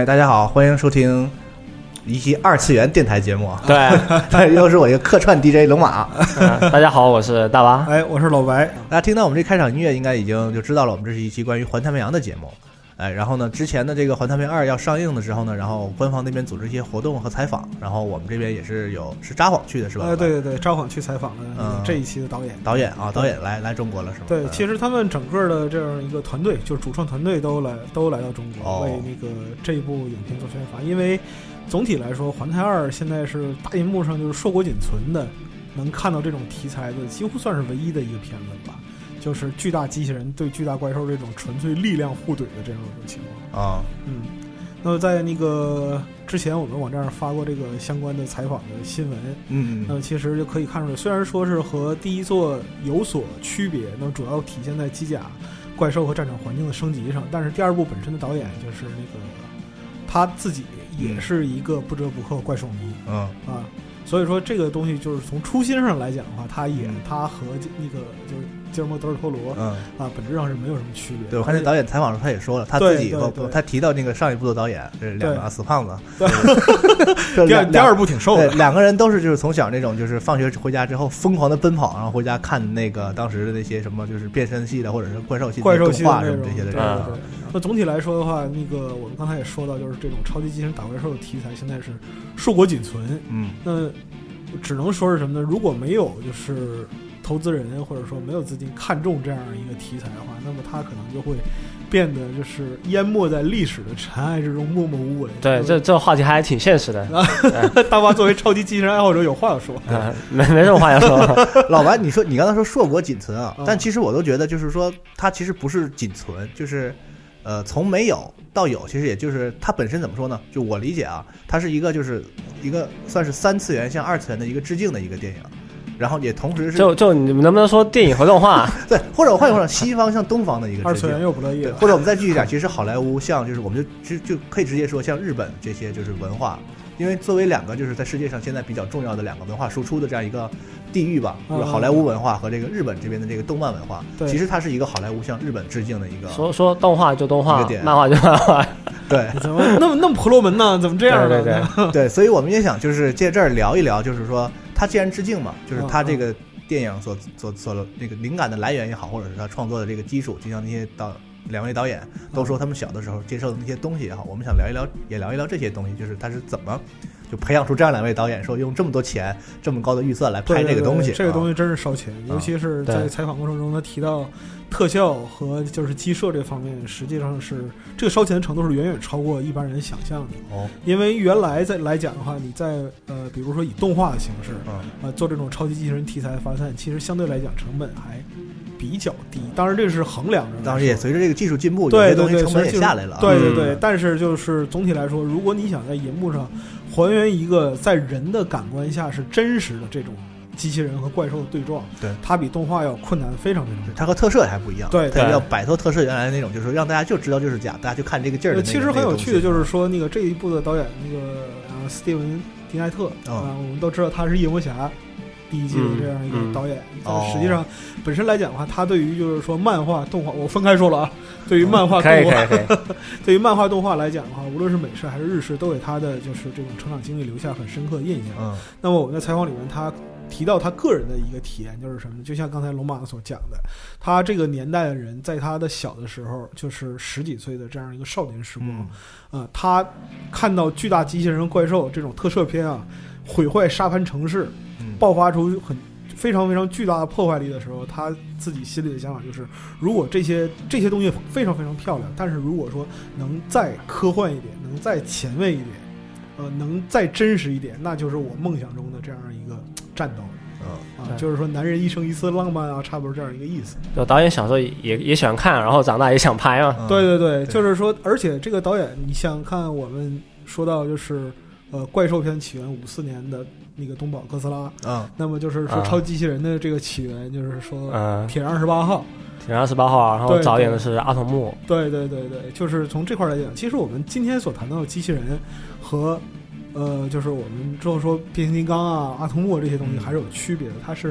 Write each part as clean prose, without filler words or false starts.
大家好，欢迎收听一期二次元电台节目。 对， 又是我一个客串 DJ 龙马。 大家好，我是大巴。 哎，我是老白。 大家听到我们这开场音乐，应该已经就知道了，我们这是一期关于环太平洋的节目。哎，然后呢，之前的这个环太平洋2要上映的时候呢，然后官方那边组织一些活动和采访，然后我们这边也是是札幌去的是吧？ 对对对，札幌去采访了这一期的导演。导演来中国了是吗？ 对，其实他们整个的这样一个团队，就是主创团队都来到中国，为那个这一部影片做宣发。因为总体来说，环太2现在是大银幕上就是硕果仅存的，能看到这种题材的，几乎算是唯一的一个片子吧。就是巨大机器人对巨大怪兽这种纯粹力量互怼的这样一种情况啊。那么在那个之前我们网站上发过这个相关的采访的新闻，其实就可以看出来，虽然说是和第一作有所区别，那么主要体现在机甲、怪兽和战场环境的升级上，但是第二部本身的导演就是那个他自己也是一个不折不扣怪兽迷，所以说这个东西就是从初心上来讲的话，他和那个就是吉尔莫·德尔托罗，本质上是没有什么区别。 对，我看那导演采访时候他也说了，他自己他提到那个上一部的导演，这两个死胖子， 第二部挺瘦的， 两个人都是就是从小那种就是放学回家之后疯狂的奔跑，然后回家看那个当时的那些什么就是变身系的或者是怪兽系的动画什么这些的人。 那总体来说的话，那个我们刚才也说到，就是这种超级机器人打怪兽的题材现在是硕果仅存。那只能说是什么呢？如果没有就是投资人或者说没有资金看中这样一个题材的话，那么它可能就会变得就是淹没在历史的尘埃之中，默默无闻。 对，这个话题还挺现实的。 大巴作为超级机器人爱好者有话要说。 没什么话要说。 老白，你刚才说硕果仅存啊，但其实我都觉得就是说它其实不是仅存，就是从没有到有，其实也就是它本身怎么说呢？就我理解啊，它是一个就是一个算是3次元向2次元的一个致敬的一个电影。然后也同时是就你们能不能说电影和动画？ 对，或者我换句话说，西方向东方的一个 2次元又不乐意了。 或者我们再具体点，其实好莱坞像就是我们就可以直接说像日本这些就是文化，因为作为两个就是在世界上现在比较重要的两个文化输出的这样一个地域吧，就是好莱坞文化和这个日本这边的这个动漫文化，其实它是一个好莱坞向日本致敬的一个。 说动画就动画，漫画就漫画。 对， 怎么那么婆罗门呢？怎么这样呢？ 对，所以我们也想就是借这儿聊一聊，就是说他既然致敬嘛，就是他这个电影所那个灵感的来源也好，或者是他创作的这个基础，就像那些两位导演都说他们小的时候接受的那些东西也好，我们想聊一聊这些东西，就是他是怎么就培养出这样两位导演，说用这么多钱这么高的预算来拍这个东西。 这个东西真是烧钱，尤其是在采访过程中他提到特效和就是机设这方面，实际上是这个烧钱的程度是远远超过一般人想象的。因为原来来讲的话，你在比如说以动画的形式做这种超级机器人题材发散，其实相对来讲成本还比较低。当然这是衡量着， 当然也随着这个技术进步， 对有些东西成本也下来了。 对，但是就是总体来说，如果你想在银幕上还原一个在人的感官下是真实的这种机器人和怪兽的对撞， 对， 它比动画要困难非常非常多。 它和特摄还不一样， 对， 它要摆脱特摄原来那种，就是让大家就知道就是假，大家就看这个劲儿的。 其实很有趣的就是说，那个这一部的导演那个斯蒂文·迪奈特我们都知道他是夜魔侠第一季的这样一个导演，实际上本身来讲的话，他对于就是说漫画动画，我分开说了啊，对于漫画动画，对于漫画动画来讲的话，无论是美式还是日式，都给他的就是这种成长经历留下很深刻的印象。那么我们在采访里面，他提到他个人的一个体验就是什么呢？就像刚才龙马所讲的，他这个年代的人在他的小的时候，就是10几岁的这样一个少年时光，他看到巨大机器人怪兽这种特摄片啊，毁坏沙盘城市，爆发出非常非常巨大的破坏力的时候，他自己心里的想法就是，如果这些东西非常非常漂亮，但是如果说能再科幻一点，能再前卫一点，能再真实一点，那就是我梦想中的这样一个战斗。就是说男人一生一次浪漫啊，差不多这样一个意思。 就导演小时候也喜欢看，然后长大也想拍嘛。 对，就是说，而且这个导演，你想看我们说到就是怪兽片起源54年的那个东宝哥斯拉，那么就是说超级机器人的这个起源，就是说铁人28号。 铁人28号，然后导演的是阿童木。 对，就是从这块来讲，其实我们今天所谈到的机器人和就是我们之后说变形金刚啊、阿童木这些东西还是有区别的，它是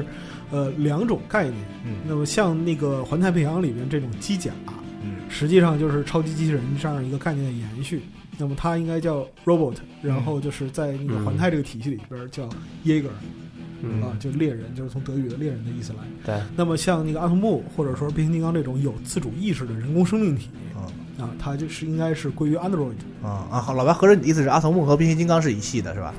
2种概念。那么像那个环太平洋里面这种机甲，实际上就是超级机器人这样一个概念的延续。 那么它应该叫 Robot， 然后就是在那个环太这个体系里边叫 Jäger。就猎人，就是从德语的猎人的意思来。 对。 那么像那个阿童木或者说变形金刚这种有自主意识的人工生命体，它就是应该是归于 Android。 好，老白，合着你的意思是阿童木和变形金刚是一系的，是吧？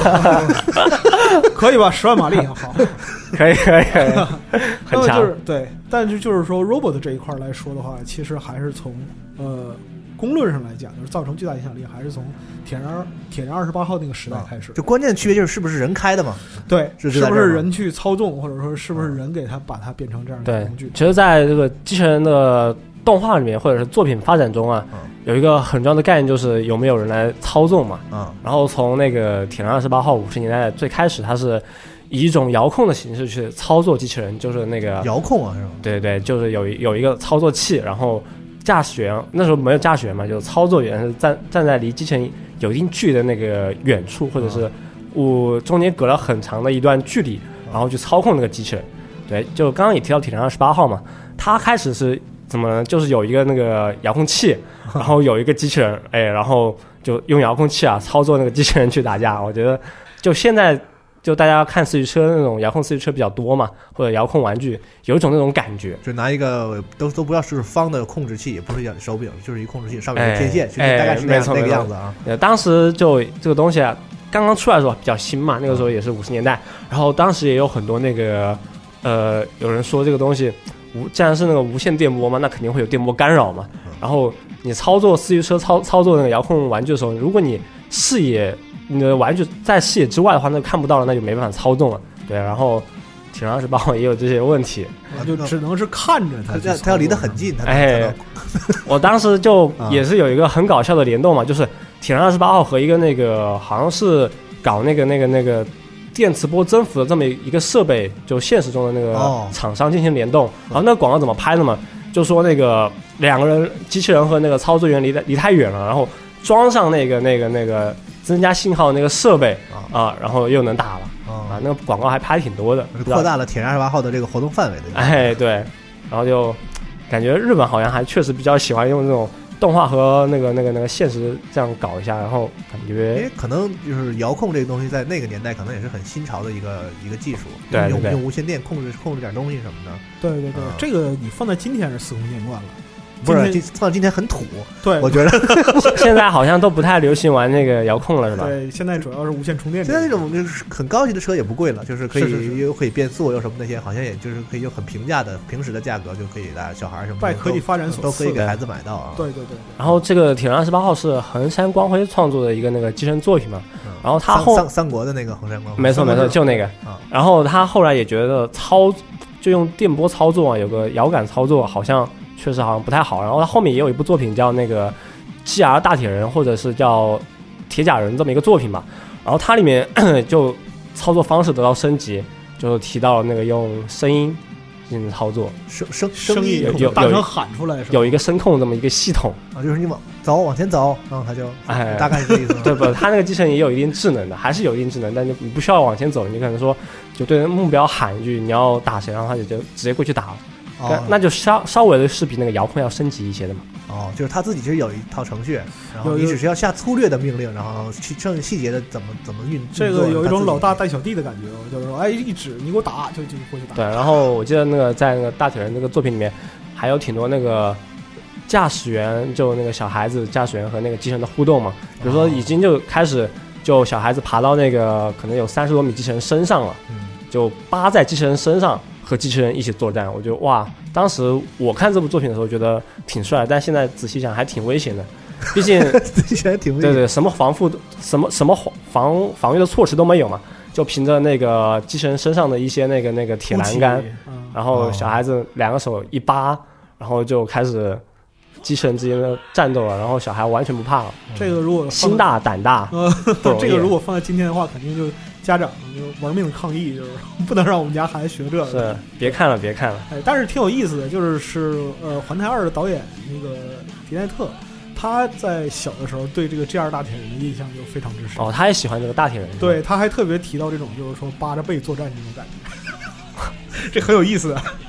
可以吧？10万马力，好， 可以，很强。 就是对，但是就是说 robot 这一块来说的话，其实还是从公论上来讲，就是造成巨大影响力，还是从铁人28号那个时代开始。 就关键的区别就是是不是人开的嘛？ 对，是不是人去操纵，或者说是不是人给它把它变成这样的工具？ 其实在这个机器人的动画里面或者是作品发展中啊，有一个很重要的概念就是有没有人来操纵嘛。然后从那个铁人28号50年代最开始，它是以一种遥控的形式去操作机器人，就是那个遥控啊，是吧？ 对，就是有一个操作器，然后驾驶员那时候没有驾驶员嘛，就是操作员是站在离机器人有一定距离的那个远处，或者是中间隔了很长的一段距离，然后去操控那个机器人。对，就刚刚也提到铁人28号嘛，它开始是怎么就是有一个那个遥控器，然后有一个机器人，然后就用遥控器操作那个机器人去打架。我觉得就现在就大家看四驱车那种遥控四驱车比较多嘛，或者遥控玩具，有一种那种感觉， 就拿一个都不要是方的控制器，也不是手柄，就是一控制器上面有天线，大概是那个样子啊。 当时就这个东西刚刚出来的时候比较新嘛，那个时候也是50年代，然后当时也有很多那个有人说这个东西既然是那个无线电波嘛，那肯定会有电波干扰嘛。然后你操作四驱车操作那个遥控玩具的时候，如果你你的玩具在视野之外的话，那就看不到了，那就没办法操纵了。对，然后铁人28号也有这些问题， 就只能是看着他要离得很近。 我当时就也是有一个很搞笑的联动嘛，就是铁人28号和一个那个好像是搞那个电磁波增幅的这么一个设备，就现实中的那个厂商进行联动。然后那个广告怎么拍的嘛？就说那个两个人机器人和那个操作员离太远了，然后装上那个增加信号那个设备然后又能打了那个广告还拍挺多的， 扩大了铁人28号的这个活动范围的。 对，然后就感觉日本好像还确实比较喜欢用这种动画和那个现实这样搞一下，然后感觉可能就是遥控这个东西在那个年代可能也是很新潮的一个技术， 对， 用无线电控制点东西什么的。 对，这个你放在今天是司空见惯了。 不是，放到今天很土。 对， 我觉得现在好像都不太流行玩那个遥控了，是吧？ 对，现在主要是无线充电。 现在那种就是很高级的车也不贵了，就是又可以变速又什么那些，好像也就是可以用很平时的价格就可以来小孩什么拜科技发展所都可以给孩子买到啊。 对。 然后这个铁人28号是横山光辉创作的一个那个机器人作品嘛，然后他三国的那个横山光辉， 没错，就那个。然后他后来也觉得就用电波操作有个遥感操作确实好像不太好，然后他后面也有一部作品叫那个 GR 大铁人，或者是叫铁甲人这么一个作品吧，然后它里面就操作方式得到升级，就提到了那个用声音进行操作， 声音有大声喊出来， 有一个声控这么一个系统就是你往前走，然后他就大概是这意思。 对不？他那个机器人也有一定智能的，还是有一定智能，但你不需要往前走，你可能说就对目标喊一句你要打谁，然后他就直接过去打了。那就稍微的是比那个遥控要升级一些的嘛。 就是他自己其实有一套程序，然后你只是要下粗略的命令，然后剩下细节的怎么运作。 这个有一种老大带小弟的感觉，就是说，一指你给我打，就过去打。 对，然后我记得那个在那个大铁人那个作品里面，还有挺多那个驾驶员，就那个小孩子驾驶员和那个机器人的互动嘛。比如说已经就开始，就小孩子爬到那个可能有30多米机器人身上了，就扒在机器人身上。和机器人一起作战，我觉得哇！当时我看这部作品的时候觉得挺帅，但现在仔细想还挺危险的，毕竟仔细想挺危险。 对，什么什么防御的措施都没有嘛，就凭着那个机器人身上的一些那个铁栏杆，然后小孩子2个手一扒，然后就开始机器人之间的战斗了，然后小孩完全不怕了。 这个如果心大胆大， 这个如果放在今天的话，肯定就家长就玩命抗议，就是不能让我们家孩子学这个。 是，别看了。 但是挺有意思的，就是环太2的导演那个迪奈特，他在小的时候对这个 GR 大铁人的印象就非常之深。 他也喜欢这个大铁人。 对，他还特别提到这种就是说扒着背作战这种感觉，这很有意思的。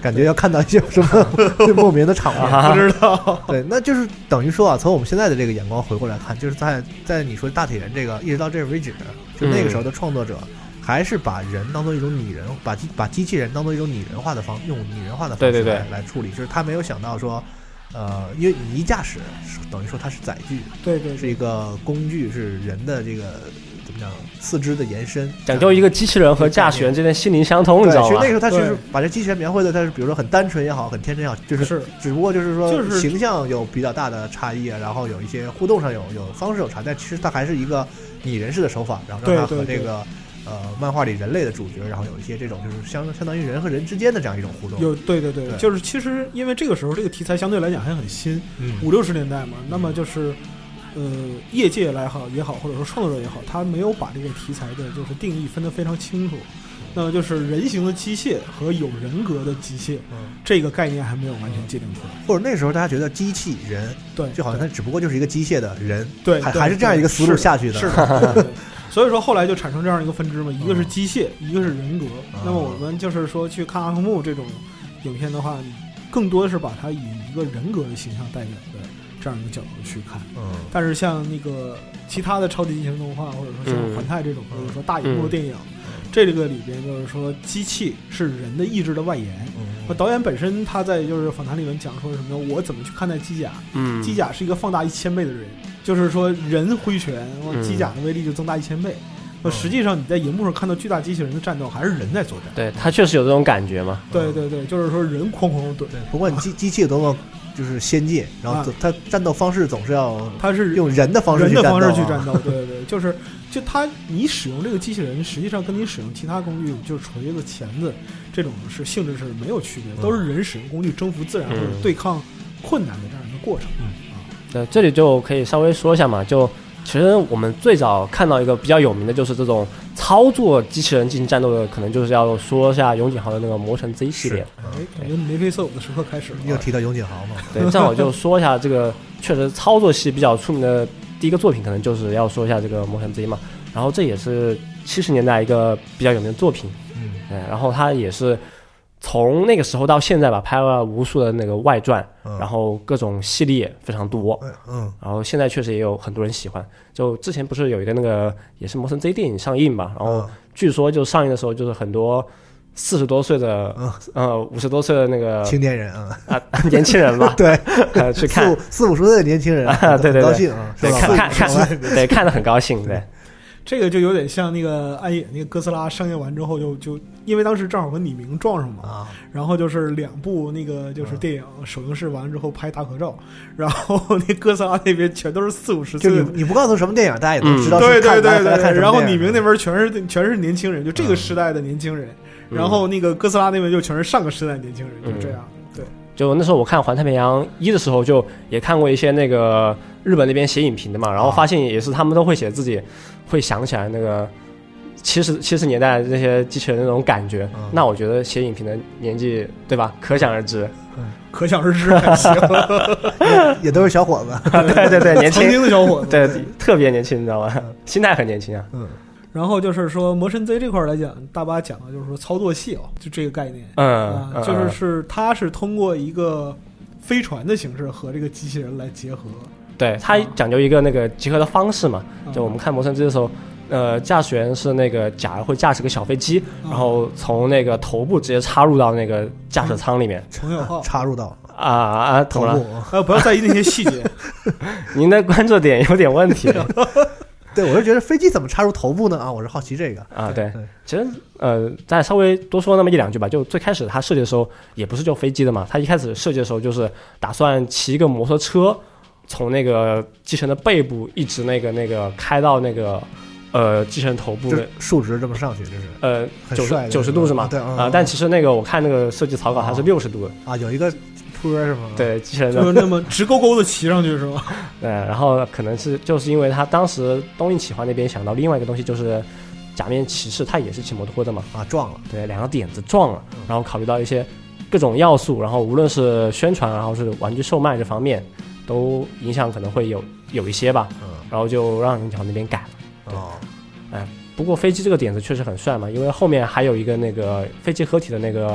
感觉要看到一些什么莫名的场面， 不知道。 对，那就是等于说啊，从我们现在的这个眼光回过来看，就是在你说大铁人这个一直到这为止，就那个时候的创作者还是把人当做一种拟人，把机器人当做一种拟人化的用拟人化的方式来处理，就是他没有想到说。因为你一驾驶，等于说它是载具， 对， 是一个工具，是人的这个怎么讲四肢的延伸， 讲究一个机器人和驾驶员之间心灵相通，你知道吗？ 其实那个时候他其实把这机器人描绘的，他是比如说很单纯也好，很天真也好，就是只不过就是说形象有比较大的差异啊，然后有一些互动上有方式有差，但其实它还是一个拟人式的手法，然后让它和这个。漫画里人类的主角，然后有一些这种就是相当于人和人之间的这样一种互动。 对，就是其实因为这个时候这个题材相对来讲还很新，50-60年代嘛，那么就是业界也好，或者说创作者也好，他没有把这个题材的就是定义分得非常清楚。那么就是人形的机械和有人格的机械，这个概念还没有完全界定出来。 或者那时候大家觉得机器人， 对， 就好像它只不过就是一个机械的人， 对， 还是这样一个思路下去的。 是的，对。所以说后来就产生这样一个分支嘛，一个是机械，一个是人格。那么我们就是说去看阿童木这种影片的话，更多的是把它以一个人格的形象代表的这样一个角度去看。但是像那个其他的超级机器人动画，或者说像环太这种，或者说大荧幕的电影，这个里边就是说机器是人的意志的外延。导演本身他在就是访谈里面讲说什么呢？我怎么去看待机甲？机甲是一个放大1000倍的人。就是说，人挥拳，机甲的威力就增大1000倍。实际上你在荧幕上看到巨大机器人的战斗，还是人在作战。 对，他确实有这种感觉嘛。 对，就是说人哐哐怼。 不过机器有多么就是先进，然后他战斗方式总是要，他是用人的方式去战斗。对，就你使用这个机器人，实际上跟你使用其他工具，就是锤子、钳子这种性质是没有区别，都是人使用工具征服自然或者对抗困难的这样一个过程。 这里就可以稍微说一下嘛，就其实我们最早看到一个比较有名的就是这种操作机器人进行战斗的，可能就是要说一下永井豪的那个魔神 Z 系列。 感觉眉飞色舞的时刻开始了。 又提到永井豪嘛？ 对，正好就说一下这个确实操作系比较出名的第一个作品，可能就是要说一下这个魔神 Z 嘛。然后这也是70年代一个比较有名的作品。然后它也是从那个时候到现在吧，拍了无数的那个外传，然后各种系列非常多，然后现在确实也有很多人喜欢。就之前不是有一个那个也是魔神 Z 电影上映吧，然后据说就上映的时候就是很多40多岁的50多岁的那个青年人年轻人吧， 对， 去看 40-50岁的年轻人对， 高兴啊， 看得很高兴，对。 这个就有点像那个暗野那个哥斯拉上映完之后就因为当时正好和李明撞上嘛，然后就是2部那个就是电影首映式完了之后拍大合照，然后那哥斯拉那边全都是40-50岁， 就你不告诉什么电影，大家也都知道对，然后李明那边全是年轻人，就这个时代的年轻人，然后那个哥斯拉那边就全是上个时代的年轻人，就这样。对， 就那时候我看《环太平洋1》的时候，就也看过一些那个日本那边写影评的嘛，然后发现也是他们都会写自己会想起来那个70年代那些机器人那种感觉，那我觉得写影评的年纪对吧，可想而知。 可想而知还行也都是小伙子对年轻曾经的小伙子， 对，特别年轻，你知道吗？心态很年轻啊。 然后就是说魔神 Z 这块来讲，大巴讲的就是说操作系就这个概念，就是它是通过一个飞船的形式和这个机器人来结合。 对，它讲究一个那个结合的方式嘛，就我们看魔神 Z 的时候，驾驶员是那个甲会驾驶个小飞机，然后从那个头部直接插入到那个驾驶舱里面， 插入到头部， 不要在意那些细节。 您的关注点有点问题。 对，我就觉得飞机怎么插入头部呢？我是好奇这个对，其实再稍微多说那么1-2句吧。就最开始他设计的时候也不是就飞机的嘛，他一开始设计的时候就是打算骑一个摩托车，从那个机器人的背部一直那个开到那个机器人头部的竖直这么上去，就是 90度是吗？ 对但其实那个我看那个设计草稿它是60度的有一个坡是吗？ 对，机器人就那么直勾勾的骑上去是吗？ 对，然后可能就是因为他当时东映企划那边想到另外一个东西，就是假面骑士他也是骑摩托的嘛， 撞了， 对，两个点子撞了，然后考虑到一些各种要素，然后无论是宣传然后是玩具售卖这方面都影响可能会有一些吧，然后就让永井豪那边改了。不过飞机这个点子确实很帅嘛，因为后面还有一个那个飞机合体的那个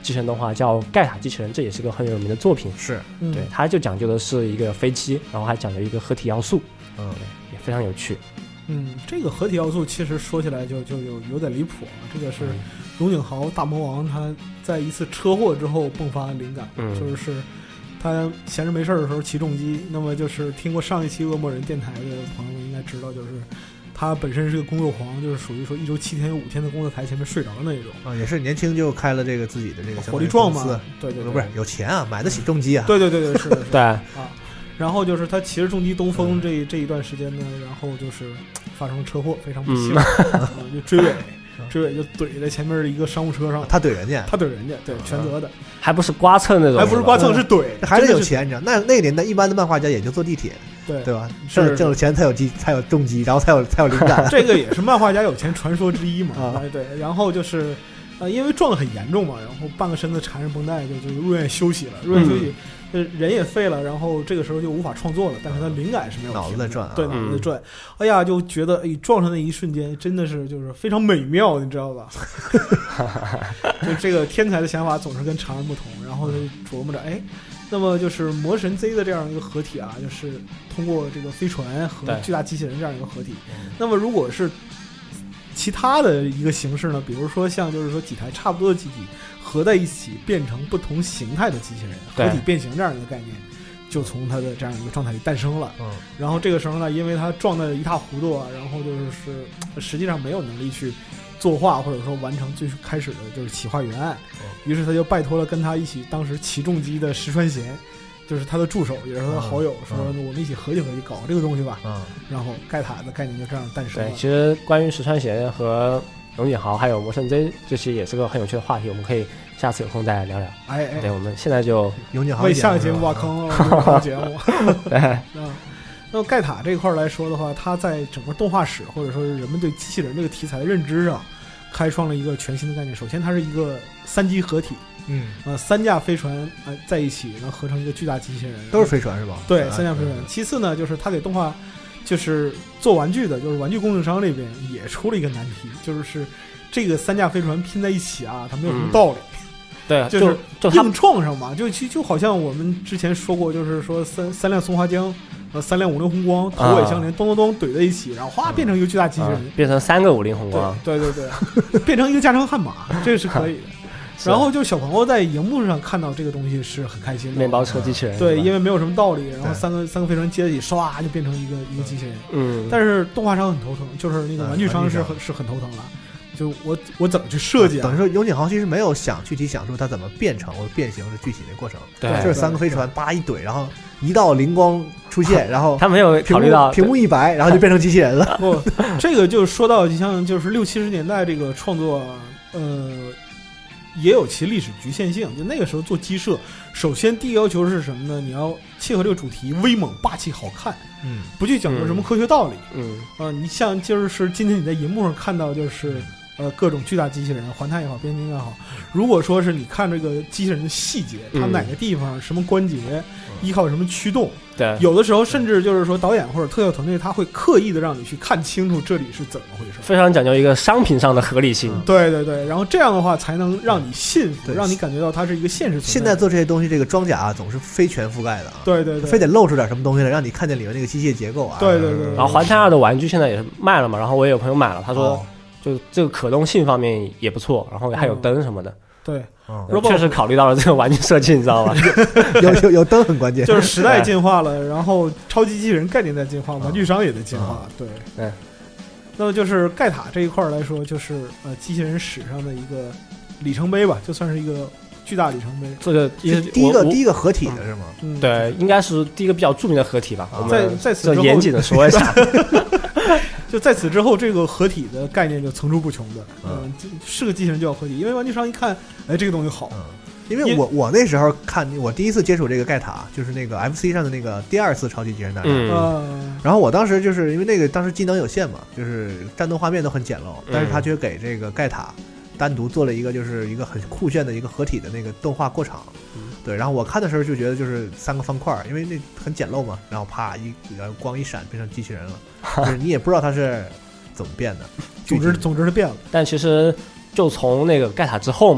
机器人动画叫《盖塔机器人》，这也是个很有名的作品。 是， 对，它就讲究的是一个飞机，然后还讲究一个合体要素，对，也非常有趣。 这个合体要素其实说起来就有点离谱啊。这个是荣景豪大魔王他在一次车祸之后迸发灵感，就是他闲着没事的时候骑重机。那么就是听过上一期恶魔人电台的朋友们应该知道，就是他本身是个工作狂，就是属于说1周7天有5天的工作台前面睡着的那种啊，也是年轻就开了这个自己的这个火力壮嘛，对， 不是有钱啊，买得起重机啊， 对，是对啊。然后就是他骑着重机东风这一段时间呢，然后就是发生了车祸，非常不幸，就追尾就怼在前面的一个商务车上， 他怼人家， 对，全责的， 还不是刮蹭那种， 还不是刮蹭，是怼， 还是有钱，你知道？那个年代一般的漫画家也就坐地铁，对吧？挣了钱才有重机，然后才有灵感。 这个也是漫画家有钱传说之一嘛，对。然后就是，因为撞得很严重嘛，然后半个身子缠着绷带，就入院休息了，人也废了，然后这个时候就无法创作了，但是他灵感是没有， 脑子在转， 对，脑子在转。哎呀，就觉得撞上那一瞬间真的是就是非常美妙，你知道吧？就这个天才的想法总是跟常人不同，然后就琢磨着，那么就是魔神 Z 的这样一个合体啊，就是通过这个飞船和巨大机器人这样一个合体。那么如果是其他的一个形式呢，比如说像就是说几台差不多的机体合在一起变成不同形态的机器人，合体变形这样一个概念就从它的这样一个状态里诞生了。然后这个时候呢，因为它撞得一塌糊涂啊，然后就是实际上没有能力去作画或者说完成最开始的就是企划原案，于是他就拜托了跟他一起当时骑重机的石川贤，就是他的助手也是他的好友，说我们一起合计搞这个东西吧。然后盖塔的概念就这样诞生了。 对，其实关于石川贤和龙井豪还有魔神 Z 这些也是个很有趣的话题，我们可以下次有空再聊聊。对，我们现在就为下个节目挖坑节目。对，那么盖塔这一块来说的话，它在整个动画史或者说是人们对机器人这个题材的认知上，开创了一个全新的概念。首先，它是一个3机合体。3架飞船在一起能合成一个巨大机器人， 都是飞船是吧？ 对，3架飞船。其次呢，就是他给动画，就是做玩具的，就是玩具供应商这边也出了一个难题，就是这个3架飞船拼在一起啊，它没有什么道理。 对， 就是硬撞上嘛，就好像我们之前说过，就是说三辆松花江，3辆50红光头尾相连，咚咚咚怼在一起，然后哗变成一个巨大机器人， 变成3个50红光， 对，变成一个加长悍马，这个是可以的。然后就小朋友在荧幕上看到这个东西是很开心的， 面包车机器人， 对，因为没有什么道理，然后三个飞船接在一起，唰就变成一个机器人。但是动画商很头疼，就是那个玩具商是很头疼了。就我怎么去设计啊？ 等于说永井豪其实没有具体想出它怎么变成或者变形的具体的过程， 对， 就是3个飞船叭一怼，然后一道灵光出现，然后他没有考虑到屏幕一白，然后就变成机器人了。 不，这个就说到像就是60、70年代这个创作，也有其历史局限性。就那个时候做机设，首先第一个要求是什么呢？你要切合这个主题，威猛霸气好看，不去讲究什么科学道理，你像就是今天你在银幕上看到就是各种巨大机器人，环太也好，变形金刚也好，如果说是你看这个机器人的细节，它哪个地方什么关节依靠什么驱动， 对， 有的时候甚至就是说导演或者特效团队他会刻意的让你去看清楚这里是怎么回事， 非常讲究一个商品上的合理性。 对，然后这样的话才能让你信服，让你感觉到它是一个现实存在。 现在做这些东西，这个装甲总是非全覆盖的啊， 对， 非得露出点什么东西来，让你看见里面那个机械结构啊。 对。 然后环太2的玩具现在也是卖了嘛，然后我也有朋友买了，他说就这个可动性方面也不错，然后还有灯什么的。 对， 确实考虑到了这个玩具设计，你知道吧？ 有灯很关键， 就是时代进化了，然后超级机器人概念在进化，玩具商也在进化。对。那么就是盖塔这一块来说，就是机器人史上的一个里程碑吧，就算是一个巨大里程碑。 这个第一个合体的是吗？ 对，应该是第一个比较著名的合体吧。我们在此之后严谨的说一下。 就在此之后，这个合体的概念就层出不穷的。是个机器人就要合体，因为玩具商一看，这个东西好。 因为我那时候看，我第一次接触这个盖塔，就是那个 FC 上的那个第2次超级机器人大战。然后我当时就是因为那个当时机能有限嘛，就是战斗画面都很简陋，但是他却给这个盖塔单独做了一个就是一个很酷炫的一个合体的那个动画过场。对，然后我看的时候就觉得就是3个方块，因为那很简陋嘛，然后啪光一闪变成机器人了，就是你也不知道它是怎么变的。总之是变了。 但其实就从那个盖塔之后嘛，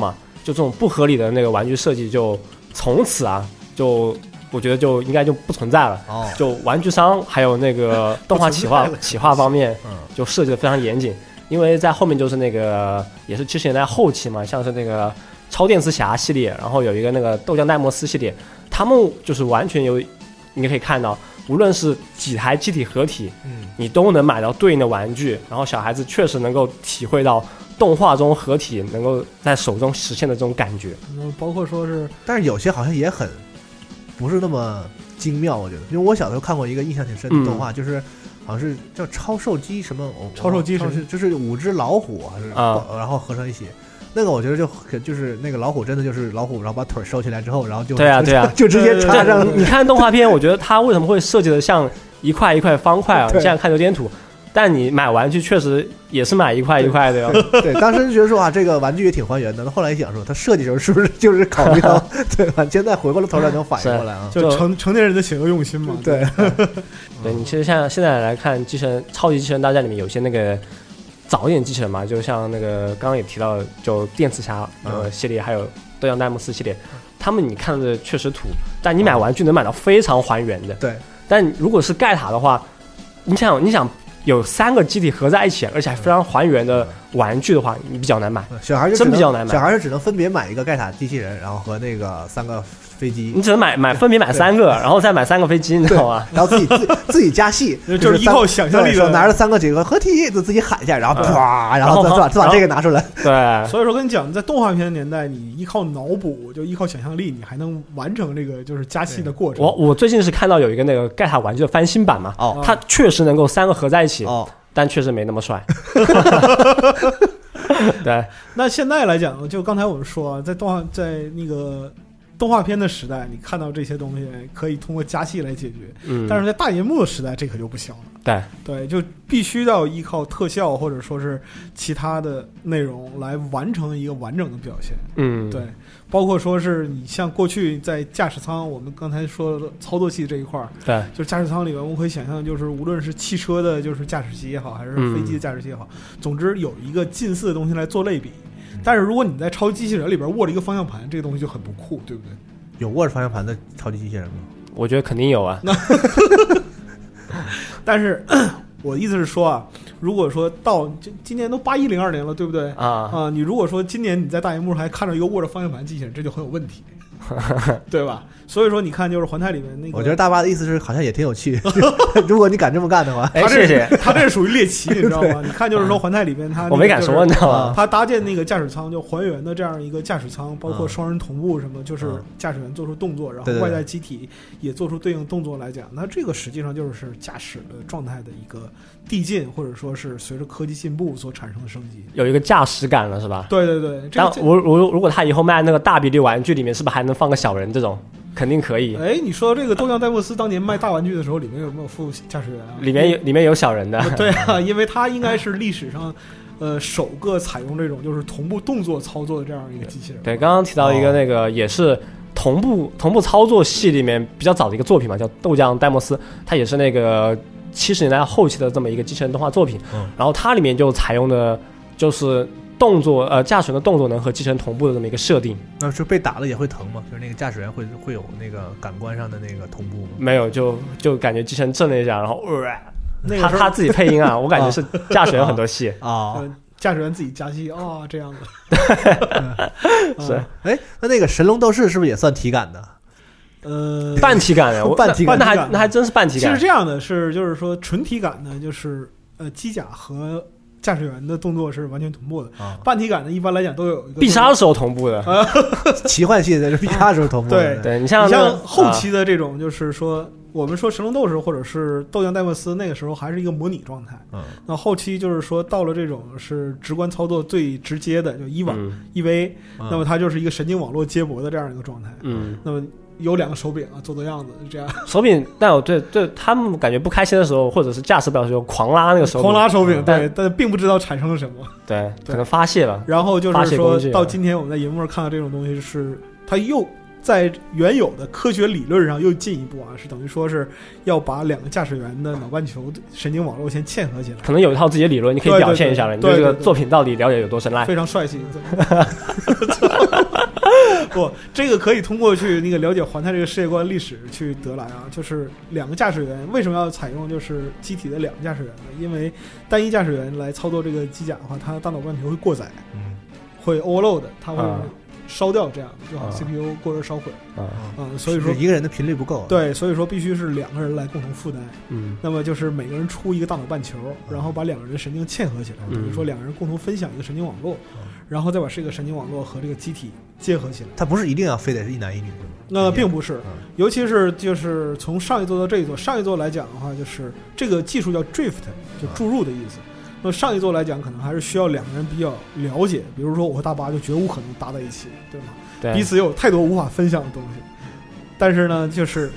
就这种不合理的那个玩具设计，就从此啊，就我觉得就应该就不存在了。就玩具商还有那个动画企划方面，就设计的非常严谨。因为在后面就是那个也是70年代后期嘛，像是那个超电磁侠系列，然后有一个那个豆浆戴莫斯系列，他们就是完全有，你可以看到，无论是几台机体合体，你都能买到对应的玩具，然后小孩子确实能够体会到动画中合体能够在手中实现的这种感觉。 包括说是， 但是有些好像也很不是那么精妙，我觉得，因为我小时候看过一个印象挺深的动画，就是好像是叫超兽机什么， 超兽机就是5只老虎还是然后合成一起。那个我觉得就是那个老虎真的就是老虎，然后把腿收起来之后，然后就对啊就直接插上。 你看动画片，我觉得它为什么会设计的像一块一块方块啊？这样看有点土。但你买玩具确实也是买一块一块的哟。 对，当时觉得说这个玩具也挺还原的。后来一想说，它设计时候是不是就是考虑到对吧？现在回过了头来能反应过来啊， 就成年人的血肉用心嘛。 对， 对你其实像现在来看，超级机器人大战里面有些那个早一点机器人嘛，就像那个刚刚也提到，就电磁侠系列，还有豆浆戴莫斯系列，他们你看的确实土，但你买玩具能买到非常还原的。 对， 但如果是盖塔的话，你想。有3个机体合在一起，而且还非常还原的玩具的话，你比较难买。 小孩真比较难买。 小孩只能分别买一个盖塔机器人，然后和那个3个飞机。 你只能分别买3个，然后再买3个飞机，你知道吗？ 然后自己加戏， 就是依靠想象力的， 拿着3个几个合体，就自己喊一下，然后啪，然后再把这个拿出来。 对， 所以说跟你讲，在动画片的年代，你依靠脑补，就依靠想象力，你还能完成这个就是加戏的过程。 我最近是看到有一个那个盖塔玩具的翻新版嘛，它确实能够3个合在一起。但确实没那么帅。对， 那现在来讲，就刚才我们说，在那个动画片的时代，你看到这些东西可以通过加戏来解决，但是在大银幕的时代，这可就不行了。对，就必须要依靠特效或者说是其他的内容来完成一个完整的表现。对，包括说是你像过去在驾驶舱，我们刚才说的操作系这一块， 对， 就是驾驶舱里面，我们可以想象，就是无论是汽车的，就是驾驶席也好，还是飞机的驾驶席也好，总之有一个近似的东西来做类比。但是如果你在超级机器人里边握着一个方向盘，这个东西就很不酷，对不对？ 有握着方向盘的超级机器人吗？ 我觉得肯定有啊。 但是我意思是说啊，如果说到今年都8102年了，对不对？你如果说今年你在大荧幕还看到一个握着方向盘机器人，这就很有问题。对吧？所以说你看，就是环太里面那个， 我觉得大巴的意思是好像也挺有趣。如果你敢这么干的话， 谢谢。 他这是属于猎奇，你知道吗？你看，就是说环太里面他、 我没敢说，你知道吗？ 他搭建那个驾驶舱，就还原的这样一个驾驶舱，包括双人同步什么，就是驾驶员做出动作，然后外在机体也做出对应动作来讲，那这个实际上就是驾驶的状态的一个递进，或者说是随着科技进步所产生的升级， 有一个驾驶感了，是吧？ 对对对。 但如果他以后卖那个大比例玩具里面，是不是还能放个小人这种？肯定可以。 你说这个豆浆戴莫斯当年卖大玩具的时候，里面有没有附驾驶员啊？ 里面有小人的。 对啊，因为它应该是历史上首个采用这种就是同步动作操作的这样一个机器人。 对，刚刚提到一个那个也是同步操作系里面比较早的一个作品嘛，叫豆浆戴莫斯，它也是那个70年代后期的这么一个机器人动画作品。然后它里面就采用的就是动作驾驶员的动作能和机器人同步的这么一个设定。 那是被打了也会疼吗？就是那个驾驶员会有那个感官上的那个同步吗？ 没有，就感觉机器人震了一下，然后他自己配音啊，我感觉是驾驶员很多戏啊， 驾驶员自己加戏啊，这样的。 是， 那个神龙斗士是不是也算体感的？ 半体感的， 半体感， 那还真是半体感。 其实这样的就是说纯体感呢，就是机甲和驾驶员的动作是完全同步的。半体感呢，一般来讲都有一个必杀的时候同步的， 奇幻系的是必杀的时候同步的。 对，你像后期的这种，就是说我们说神龙斗士或者是豆浆戴莫斯，那个时候还是一个模拟状态。那后期就是说到了这种是直观操作最直接的，就EV，那么它就是一个神经网络接驳的这样一个状态。那么有2个手柄啊，做样子这样。 手柄，但我对他们感觉不开心的时候，或者是驾驶不了的时候，狂拉那个手柄， 狂拉手柄，对，但并不知道产生了什么， 可能发泄了。 然后就是说到今天我们在荧幕上看到这种东西，是它又在原有的科学理论上又进一步啊，是等于说是要把2个驾驶员的脑半球神经网络先嵌合起来， 可能有一套自己的理论，你可以表现一下了。你对这个作品到底了解有多深来？ 非常帅气。不，这个可以通过去那个了解环太这个世界观历史去得来啊。就是2个驾驶员为什么要采用就是机体的2个驾驶员呢？因为单一驾驶员来操作这个机甲的话，它大脑半球会过载，会 overload， 它会烧掉，这样就好 CPU 过热烧毁所以说一个人的频率不够， 对，所以说必须是2个人来共同负担。那么就是每个人出一个大脑半球，然后把2个人的神经嵌合起来，等于说2个人共同分享一个神经网络，然后再把这个神经网络和这个机体结合起来。 它不是一定要非得是一男一女， 那并不是，尤其是就是从上一座到这一座，上一座来讲的话，就是这个技术叫 drift， 就注入的意思。那上一座来讲，可能还是需要2个人比较了解，比如说我和大巴就绝无可能搭在一起，对吗？ 对， 彼此有太多无法分享的东西。但是呢，就是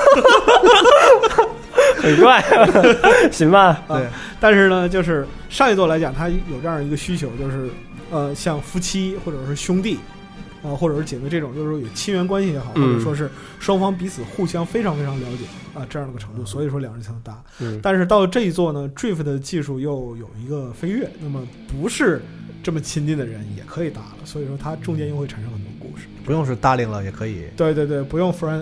很怪，行吧？ 对。但是呢，就是上一座来讲，它有这样一个需求，就是像夫妻或者是兄弟或者是姐妹这种，就是说有亲缘关系也好，或者说是双方彼此互相非常非常了解这样的个程度，所以说2人才能搭。但是到这一座呢 ，Drift 的技术又有一个飞跃，那么不是这么亲近的人也可以搭了，所以说它中间又会产生很多故事。 不用是darling了也可以。 对对对，不用 friend。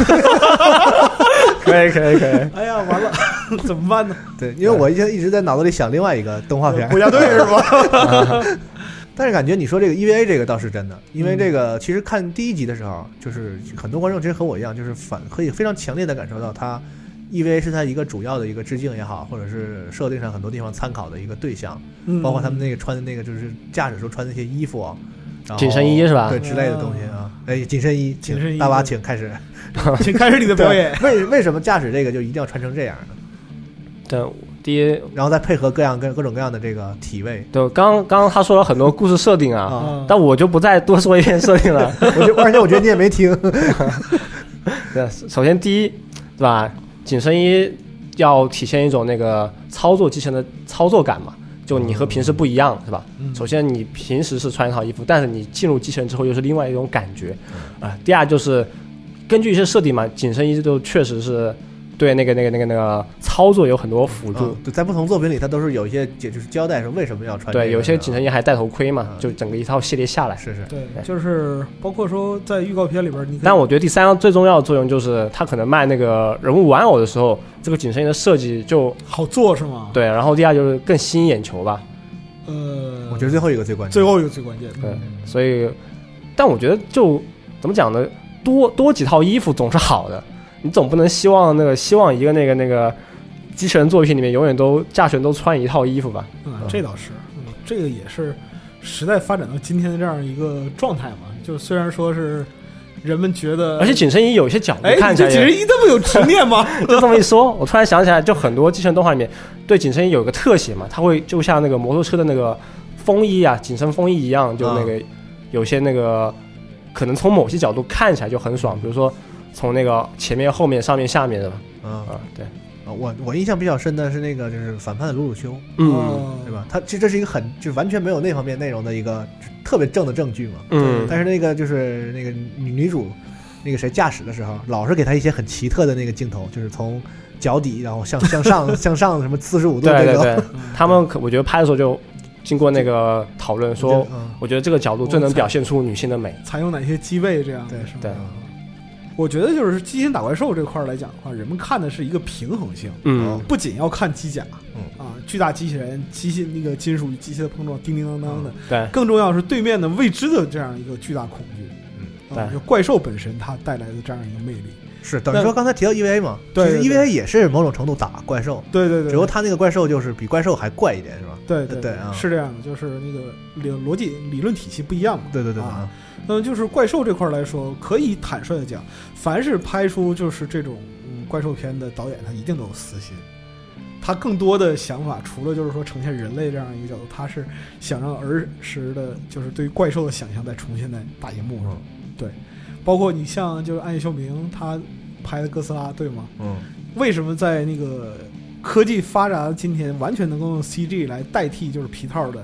可以。 哎呀，完了，怎么办呢？ 对，因为我一直在脑子里想另外一个动画片， 国家队是吧？ 但是感觉你说这个 EVA 这个倒是真的，因为这个其实看第1集的时候，就是很多观众其实和我一样，就是可以非常强烈的感受到它 EVA 是它一个主要的一个致敬也好，或者是设定上很多地方参考的一个对象，包括他们那个穿的那个就是驾驶时候穿的那些衣服， 紧身衣是吧？ 对之类的东西啊，紧身衣，大巴请开始， 请开始你的表演。 为什么驾驶这个就一定要穿成这样呢？ 对，第一， 然后再配合各种各样的这个体位。 对，刚刚他说了很多故事设定但我就不再多说一遍设定了。 而且我觉得你也没听。 对，首先第一，对吧？紧身衣要体现一种那个操作机器人的操作感嘛，就你和平时不一样，是吧？首先你平时是穿一套衣服，但是你进入机器人之后又是另外一种感觉第二就是根据一些设定嘛，紧身衣就确实是对那个操作有很多辅助。 对，在不同作品里它都是有一些就是交代说为什么要穿。 对，有些紧身衣还戴头盔嘛，就整个一套系列下来。 是。 对，就是包括说在预告片里边但我觉得第3个最重要的作用就是它可能卖那个人物玩偶的时候，这个紧身衣的设计就好做是吗？ 对，然后第二就是更吸引眼球吧。 我觉得最后一个最关键。 对，所以但我觉得就怎么讲呢，多几套衣服总是好的。你总不能希望一个那个机器人作品里面永远都驾驶员都穿一套衣服吧？ 这倒是，这个也是时代发展到今天的这样一个状态嘛。就虽然说是人们觉得， 而且紧身衣有一些角度看起来， 紧身衣这么有执念吗？ 就这么一说，我突然想起来，就很多机器人动画里面对紧身衣有个特写嘛，它会就像那个摩托车的那个风衣紧身风衣一样，就那个有些那个可能从某些角度看起来就很爽，比如说。从那个前面、后面、上面、下面的吧，对， 我印象比较深的是那个就是反派的鲁鲁修，对吧？他其实这是一个就完全没有那方面内容的一个特别正的证据嘛，但是那个就是那个女主那个谁驾驶的时候，老是给他一些很奇特的那个镜头，就是从脚底然后向上向上什么45度这个， 对，他们我觉得拍的时候就。经过那个讨论说，我觉得这个角度最能表现出女性的美， 采用哪些机位这样的， 对。 我觉得就是机器人打怪兽这块来讲的话，人们看的是一个平衡性，不仅要看机甲，巨大机器人、那个金属与机器的碰撞，叮叮当当的， 对， 更重要是对面的未知的这样一个巨大恐惧， 对， 就怪兽本身它带来的这样一个魅力。 是等于说刚才提到 EVA 嘛，其实 EVA 也是某种程度打怪兽， 对， 只不过他那个怪兽就是比怪兽还怪一点，是吧？ 对，是这样的，就是那个逻辑理论体系不一样嘛。 对那么就是怪兽这块来说，可以坦率的讲，凡是拍出就是这种怪兽片的导演，他一定都有私心。他更多的想法，除了就是说呈现人类这样一个角度，他是想让儿时的，就是对于怪兽的想象再重现在大荧幕上。对，包括你像就是暗夜秀明他拍的哥斯拉，对吗？为什么在那个科技发达的今天，完全能够用 CG 来代替就是皮套的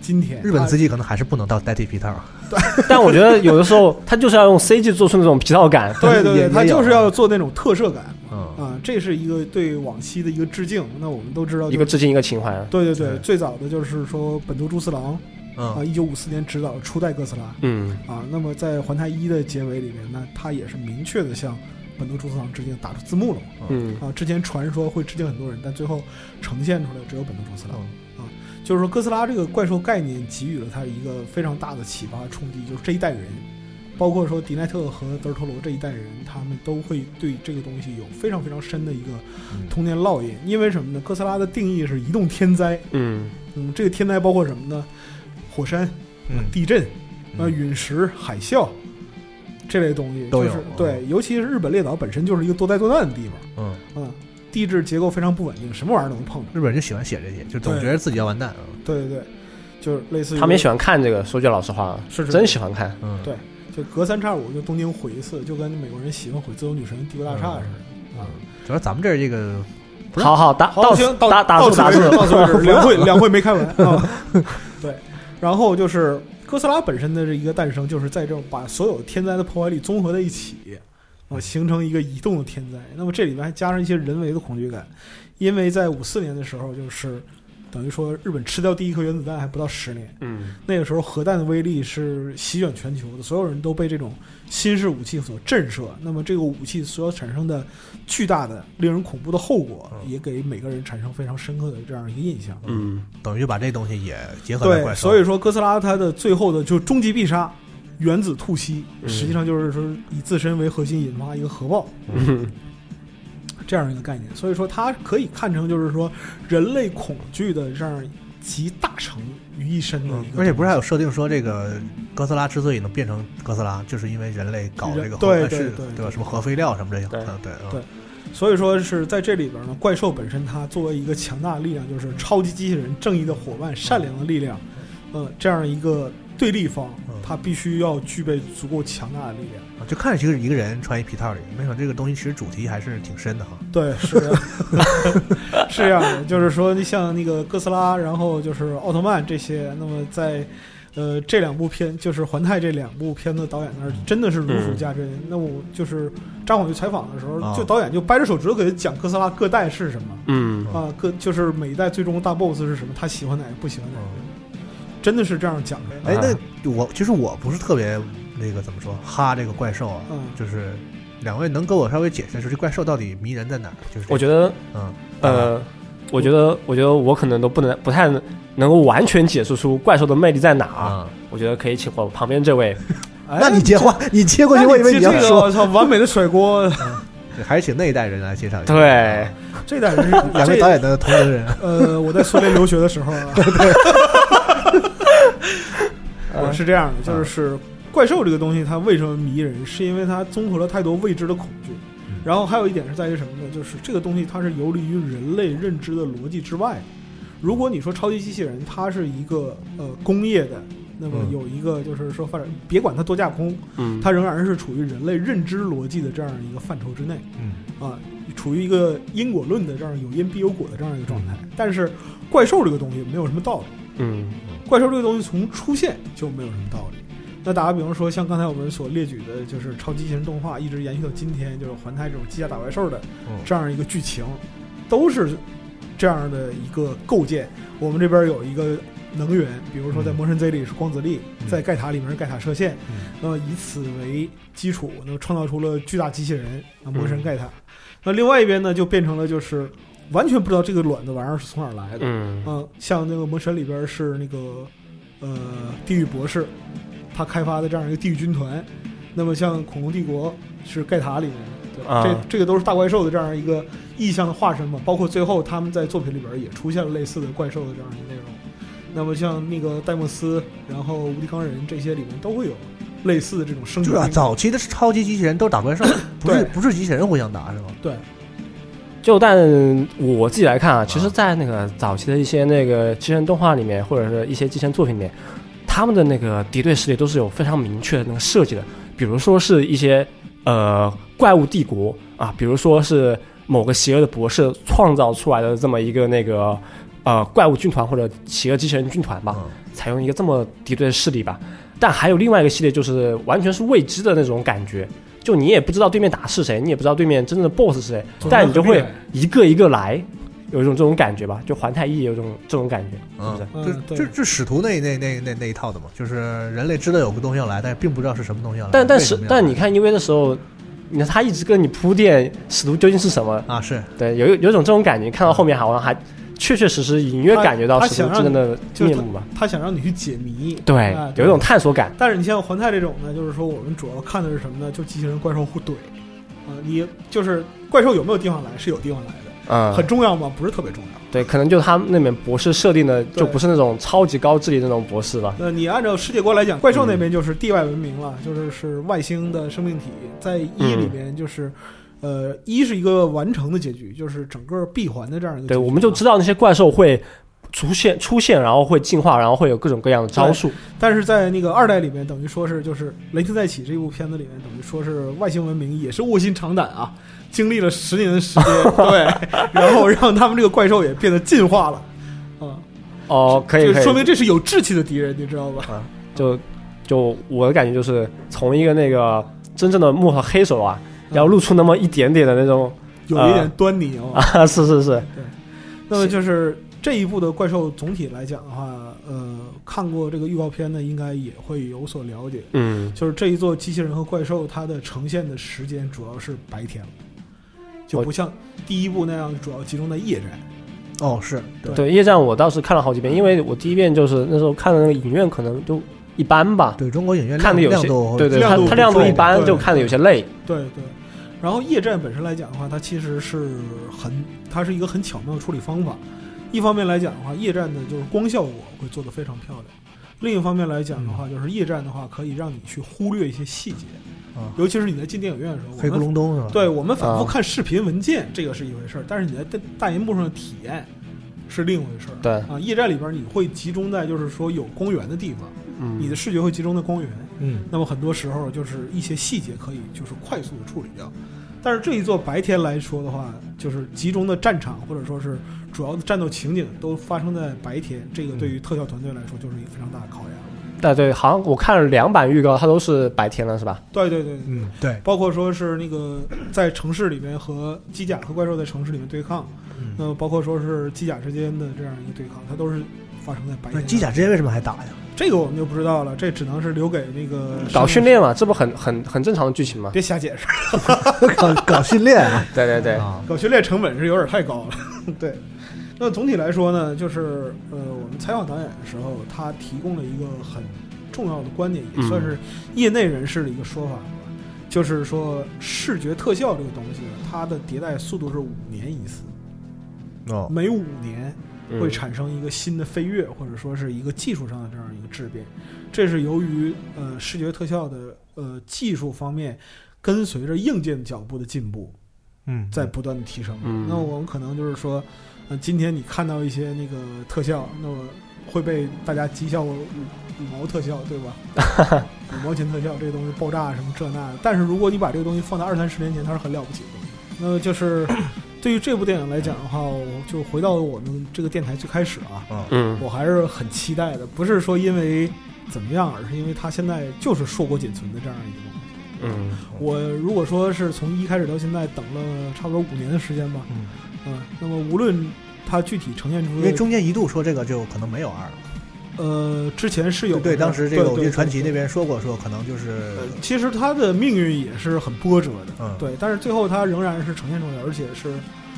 今天。 日本司机可能还是不能代替皮套， 但我觉得有的时候他就是要用 CG 做出那种皮套感。 对对对，他就是要做那种特摄感。这是一个对往期的一个致敬。那我们都知道， 一个致敬，一个情怀。 对对对，最早的就是说本多朱四郎。1954年执导初代哥斯拉。那么在环太一的结尾里面，那他也是明确的向本多朱四郎致敬，打出字幕了嘛。之前传说会致敬很多人，但最后呈现出来只有本多朱四郎。就是说哥斯拉这个怪兽概念给予了他一个非常大的启发冲击，就是这一代人，包括说迪奈特和德尔托罗这一代人，他们都会对这个东西有非常非常深的一个童年烙印。因为什么呢？哥斯拉的定义是移动天灾。这个天灾包括什么呢？火山、地震、陨石、海啸这类东西都有。对，尤其是日本列岛本身就是一个多灾多难的地方。地质结构非常不稳定，什么玩意儿都能碰。日本人就喜欢写这些，就总觉得自己要完蛋。 对对对，就是类似于他们也喜欢看这个。说句老实话， 是真喜欢看。 对，就隔三差五就东京毁一次，就跟美国人喜欢毁自由女神帝国大厦似的。 主要咱们这儿这个。 好，打住，两会没开完啊。对，然后就是哥斯拉本身的这一个诞生，就是在这种把所有天灾的破坏力综合在一起，形成一个移动的天灾。那么这里面还加上一些人为的恐惧感，因为在54年的时候，就是等于说日本吃掉第一颗原子弹还不到10年。那个时候核弹的威力是席卷全球的，所有人都被这种新式武器所震慑。那么这个武器所产生的巨大的令人恐怖的后果，也给每个人产生非常深刻的这样一个印象。 等于把这东西也结合了怪兽。 对，所以说哥斯拉它的最后的就终极必杀原子吐息，实际上就是说以自身为核心引发一个核爆。这样一个概念，所以说它可以看成就是说人类恐惧的这样集大成于一身的一个。 而且不是还有设定说，这个哥斯拉之所以能变成哥斯拉，就是因为人类搞这个对吧？什么核废料什么这些。 对。所以说是在这里边呢，怪兽本身它作为一个强大的力量，就是超级机器人、正义的伙伴、善良的力量，这样一个对立方，它必须要具备足够强大的力量。 就看着其实一个人穿一皮套里，没想到这个东西其实主题还是挺深的哈。 对，是是这样的，就是说你像那个哥斯拉，然后就是奥特曼这些，那么在这两部片，就是环太这两部片子导演那儿真的是如数家珍。那我就是张晃去采访的时候，就导演就掰着手指头给他讲哥斯拉各代是什么，就是每一代最终大 boss 是什么，他喜欢哪个不喜欢哪个，真的是这样讲的。 那其实我不是特别那个怎么说哈这个怪兽啊，就是两位能给我稍微解释一下这怪兽到底迷人在哪儿？就是我觉得，我觉得我可能都不太能够完全解释出怪兽的魅力在哪。我觉得可以请我旁边这位。 那你接话，你接过去，我以为你要说， 我操，完美的甩锅。 还是请那一代人来介绍一下。 对， 这一代人是两位导演的同龄人。 我在苏联留学的时候啊，我是这样的，就是怪兽这个东西它为什么迷人，是因为它综合了太多未知的恐惧。然后还有一点是在于什么呢？就是这个东西它是游离于人类认知的逻辑之外。如果你说超级机器人它是一个工业的，那么有一个就是说发展，别管它多架空，它仍然是处于人类认知逻辑的这样一个范畴之内，处于一个因果论的这样有因必有果的这样一个状态。但是怪兽这个东西没有什么道理，怪兽这个东西从出现就没有什么道理。那打个比方说，像刚才我们所列举的，就是超级机器人动画一直延续到今天，就是环太这种机甲打怪兽的这样一个剧情，都是这样的一个构建。我们这边有一个能源，比如说在魔神 Z 里是光子力，在盖塔里面是盖塔射线，那么以此为基础，那么创造出了巨大机器人魔神盖塔。那另外一边呢，就变成了就是完全不知道这个卵的玩意儿是从哪儿来的。像那个魔神里边是那个地狱博士他开发的这样一个地狱军团，那么像恐龙帝国是盖塔里面的，对吧？这个都是大怪兽的这样一个意象的化身嘛。包括最后他们在作品里边也出现了类似的怪兽的这样一个内容。那么像那个戴莫斯，然后无敌钢人这些里面都会有类似的这种生存。 早期的超级机器人都打怪兽，不是机器人互相打是吗？ 对。 但我自己来看啊，其实，在那个早期的一些那个机器人动画里面，或者是一些机器人作品里面，他们的那个敌对势力都是有非常明确的那个设计的。比如说是一些怪物帝国啊，比如说是某个邪恶的博士创造出来的这么一个那个怪物军团或者企鹅机器人军团吧，采用一个这么敌对的势力吧。但还有另外一个系列，就是完全是未知的那种感觉，就你也不知道对面打是谁，你也不知道对面真正的 BOSS 是谁，但你就会一个一个来，有一种这种感觉吧。就环太一有这种感觉，是不是？这使徒那一套的嘛，就是人类知道有个东西要来，但是并不知道是什么东西要来。 但你看 EV 的时候，他一直跟你铺垫使徒究竟是什么啊？是对， 有种这种感觉，看到后面好像还确实隐约感觉到使徒真正的面目吧。 他想让你去解谜， 对，有一种探索感。 但是你像环太这种呢，就是说我们主要看的是什么呢？就机器人怪兽互怼你就是怪兽有没有地方来，是有地方来的，很重要吗？不是特别重要。 对，可能就他们那边博士设定的就不是那种超级高智力的那种博士吧。 你按照世界观来讲，怪兽那边就是地外文明了，是外星的生命体，在一里面就是一是一个完成的结局，就是整个闭环的这样一个结局。 对，我们就知道那些怪兽会出现，然后会进化，然后会有各种各样的招数。 但是在那个2代里面，等于说是就是《雷霆再起》这部片子里面，等于说是外星文明也是卧薪尝胆啊，经历了10年的时间，对，然后让他们这个怪兽也变得进化了， 可以， 说明这是有志气的敌人，你知道吧？ 就我的感觉就是从一个那个真正的幕后黑手啊，要露出那么一点点的那种， 有一点端倪是，对。 那么就是这一部的怪兽总体来讲的话，看过这个预告片的应该也会有所了解。就是这一座机器人和怪兽，它的呈现的时间主要是白天了，就不像第一部那样主要集中在夜战。 是对夜战我倒是看了好几遍，因为我第一遍就是那时候看的那个影院可能就一般吧。 对，中国影院看的有些对，它亮度一般，就看的有些累。 对。然后夜战本身来讲的话，它其实是它是一个很巧妙的处理方法。一方面来讲的话，夜战的就是光效果会做得非常漂亮；另一方面来讲的话，就是夜战的话可以让你去忽略一些细节，尤其是你在进电影院的时候， 黑咕隆咚是吧？ 对，我们反复看视频文件，这个是一回事，但是你在大银幕上的体验是另一回事。 对夜战里边你会集中在就是说有光源的地方，你的视觉会集中在光源，那么很多时候就是一些细节可以就是快速的处理掉。但是这一座白天来说的话，就是集中的战场或者说是主要的战斗情景都发生在白天，这个对于特效团队来说就是一个非常大的考验。 对，好像我看了2版预告，它都是白天了，是吧？ 对， 对， 包括说是那个在城市里面和机甲和怪兽在城市里面对抗，包括说是机甲之间的这样一个对抗，它都是发生在白天。 那机甲之间为什么还打呀？ 这个我们就不知道了，这只能是留给那个搞训练嘛，这不很正常的剧情吗？ 别瞎解释， 搞训练啊！ 对， 搞训练成本是有点太高了。对，那总体来说呢，就是我们采访导演的时候，他提供了一个很重要的观点，也算是业内人士的一个说法，就是说视觉特效这个东西，它的迭代速度是5年一次，每5年。会产生一个新的飞跃，或者说是一个技术上的这样一个质变，这是由于视觉特效的技术方面跟随着硬件脚步的进步，在不断的提升。那我们可能就是说，今天你看到一些那个特效，那么会被大家讥笑5毛特效，对吧？5毛钱特效这个东西爆炸什么这那的，但是如果你把这个东西放在20-30年前，它是很了不起的东西。那就是对于这部电影来讲的话，我就回到我们这个电台最开始啊，我还是很期待的，不是说因为怎么样，而是因为它现在就是硕果仅存的这样一个东西。我如果说是从1开始到现在等了差不多5年的时间吧，那么无论它具体呈现出， 因为中间一度说这个就可能没有2了。 之前是有对，当时这个我记得传奇那边说过，说可能就是其实他的命运也是很波折的，对，但是最后他仍然是呈现出来，而且是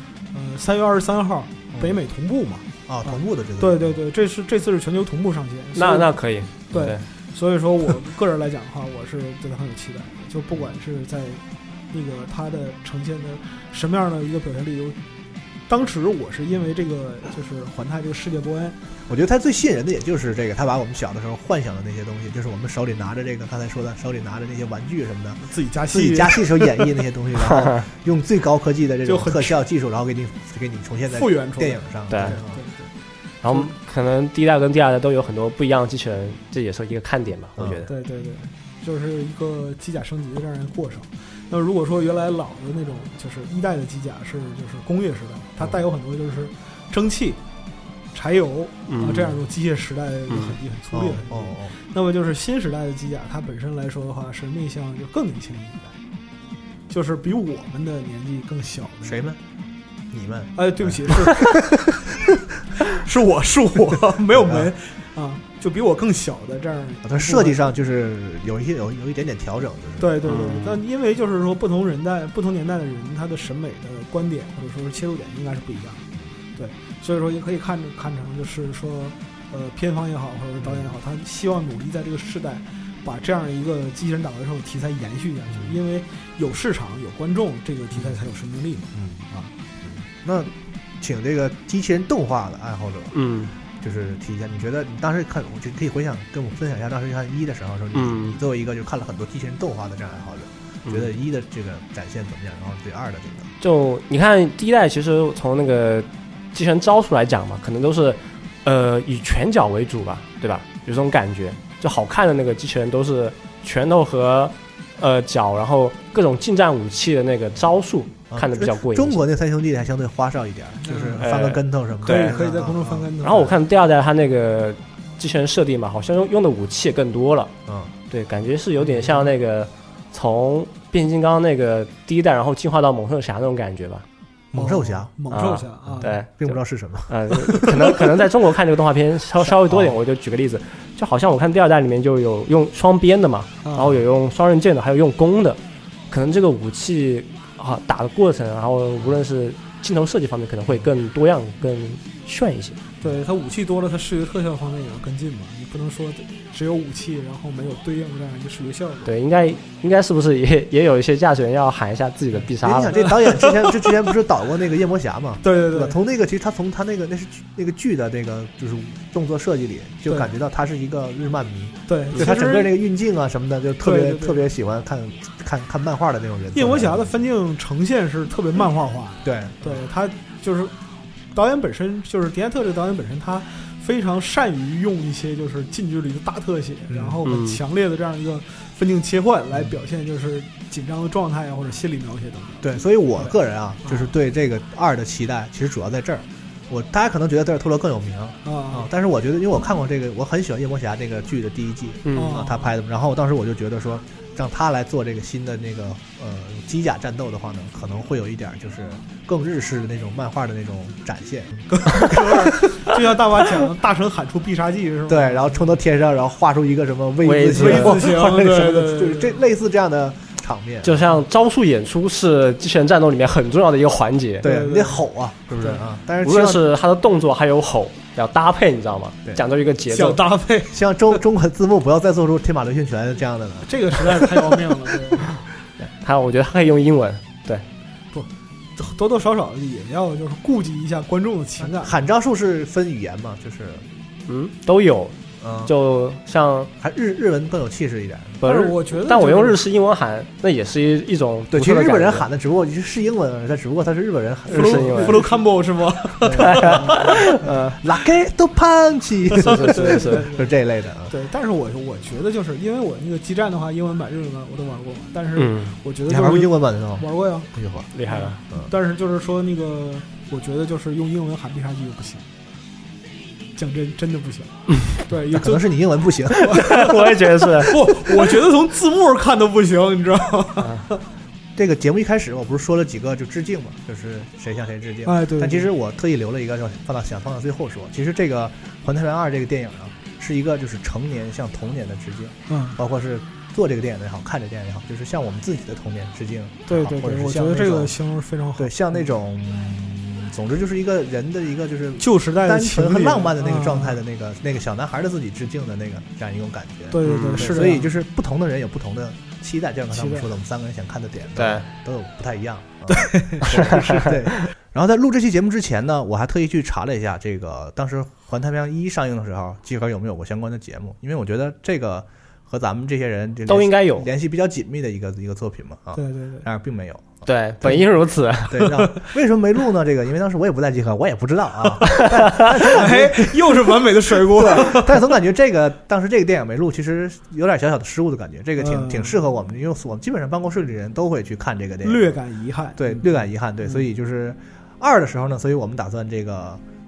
3月23号北美同步嘛， 同步的这个， 对，这次是全球同步上线， 那可以， 对，所以说我个人来讲的话，我是对他很有期待的，就不管是在那个他的呈现的什么样的一个表现力，当时我是因为这个就是环太这个世界观， 我觉得他最吸引人的也就是这个，他把我们小的时候幻想的那些东西，就是我们手里拿着这个刚才说的手里拿着那些玩具什么的， 自己加戏时候演绎那些东西，然后用最高科技的这种特效技术，然后给你重现在复原出电影上。 对。然后可能第1代跟第2代都有很多不一样的机器人，这也是一个看点吧，我觉得。 对，就是一个机甲升级的这样一个过程。那如果说原来老的那种就是1代的机甲就是工业时代，它带有很多就是蒸汽柴油这样一种机械时代的痕迹，很粗略的痕迹。那么就是新时代的机甲，它本身来说的话，是面向就更年轻一代，就是比我们的年纪更小的。 谁们？你们？ 哎，对不起，是我没有门啊，就比我更小的这样。 它设计上就是有一点点调整。 对。但因为就是说不同年代的人，他的审美的观点或者说是切入点应该是不一样的。对，所以说也可以看成就是说，片方也好或者导演也好，他希望努力在这个时代把这样一个机器人打怪兽的题材延续下去，因为有市场有观众，这个题材才有生命力嘛。 那请这个机器人动画的爱好者，就是提一下，你觉得你当时看，我就可以回想跟我们分享一下，当时看1的时候说，你作为一个就看了很多机器人动画的这样爱好者，觉得1的这个展现怎么样？然后对2的这个， 就你看第一代，其实从那个机器人招数来讲嘛，可能都是以拳脚为主吧，对吧？有这种感觉，就好看的那个机器人都是拳头和脚，然后各种近战武器的那个招数看得比较过瘾。 中国那3兄弟还相对花哨一点，就是翻个跟头什么的，可以在空中翻跟头。 然后我看第2代它那个机器人设定嘛，好像用的武器也更多了。对，感觉是有点像那个从变形金刚那个第1代，然后进化到猛兽侠那种感觉吧。 猛兽侠啊，对， 并不知道是什么。 可能在中国看这个动画片稍微多点，我就举个例子，就好像我看第2代里面就有用双鞭的嘛，然后有用双刃剑的，还有用弓的，可能这个武器打的过程，然后无论是镜头设计方面可能会更多样、更炫一些。 对，它武器多了，它视觉特效方面也要跟进嘛，你不能说只有武器然后没有对应这样一个视觉效果。 对，应该是不是也有一些驾驶员要喊一下自己的必杀了？ 你想这导演之前不是导过那个夜魔侠嘛？ 对， 从那个其实他从他那是那个剧的那个就是动作设计里就感觉到他是一个日漫迷。 对， 就他整个那个运镜啊什么的，就特别喜欢看漫画的那种人。 夜魔侠的分镜呈现是特别漫画化。对，他就是导演本身，就是迪埃特这个导演本身，他非常善于用一些就是近距离的大特写，然后很强烈的这样一个分镜切换来表现就是紧张的状态啊或者心理描写等等。 对，所以我个人啊，就是对这个2的期待，其实主要在这儿。大家可能觉得德尔托罗更有名但是我觉得，因为我看过这个，我很喜欢夜魔侠这个剧的第1季他拍的，然后当时我就觉得说，让他来做这个新的那个机甲战斗的话呢，可能会有一点就是更日式的那种漫画的那种展现， 就像大巴讲大声喊出必杀技是吗？ 对，然后冲到天上，然后画出一个什么 V 字形，就是这类似这样的场面， 就像招数演出是机器人战斗里面很重要的一个环节。 对，你得吼啊，是不是啊？但是无论是他的动作还有吼，要搭配，你知道吗？讲究一个节奏， 小搭配。 希望中文字幕不要再做出天马流星拳这样的了， 这个实在是太要命了。对， 我觉得他可以用英文。对， 不，多多少少也要就是顾及一下观众的情感。 喊招数是分语言嘛？就是都有。就像还日文更有气势一点， 但是我觉得， 但我用日式英文喊，那也是一种对。其实日本人喊的只不过是英文，但只不过他是日本人喊日式英文 ，Flow Combo 是吗 ？Lucky to punch， 是这一类的。 对，但是我觉得就是因为我那个基站的话，英文版、日文版我都玩过嘛，但是我觉得你还玩过英文版的吗？ 玩过呀， 厉害了。 但是就是说那个，我觉得就是用英文喊必杀技就不行。讲真的不行，对， 可能是你英文不行， 我也觉得是。 不，我觉得从字幕看都不行，你知道吗？ 这个节目一开始我不是说了几个就致敬嘛，就是谁向谁致敬。 哎，对。 但其实我特意留了一个，就想放到最后说。其实这个《环太平洋2》这个电影呢，是一个就是成年向童年的致敬，包括是做这个电影也好，看这个电影也好，就是向我们自己的童年致敬。 对，我觉得这个形容非常好。 对，像那种。总之就是一个人的一个就是旧时代的单纯和浪漫的那个状态的那个小男孩的自己致敬的那个这样一种感觉。 对，是的。 所以就是不同的人有不同的期待，就像刚才我们说的，我们3个人想看的点都有不太一样。 对， 是。对。然后在录这期节目之前呢，我还特意去查了一下这个当时《环太平洋1》上映的时候，集合有没有过相关的节目，因为我觉得这个和咱们这些人都应该有联系比较紧密的一个作品嘛。 对。 但是并没有。 对，本应如此。 对，为什么没录呢？这个，因为当时我也不在集合，我也不知道啊。 又是完美的甩锅。 但是总感觉当时这个电影没录，其实有点小小的失误的感觉。这个挺适合我们，因为我们基本上办公室里人都会去看这个电影。 略感遗憾。 对，略感遗憾。对，所以就是2的时候呢，所以我们打算这个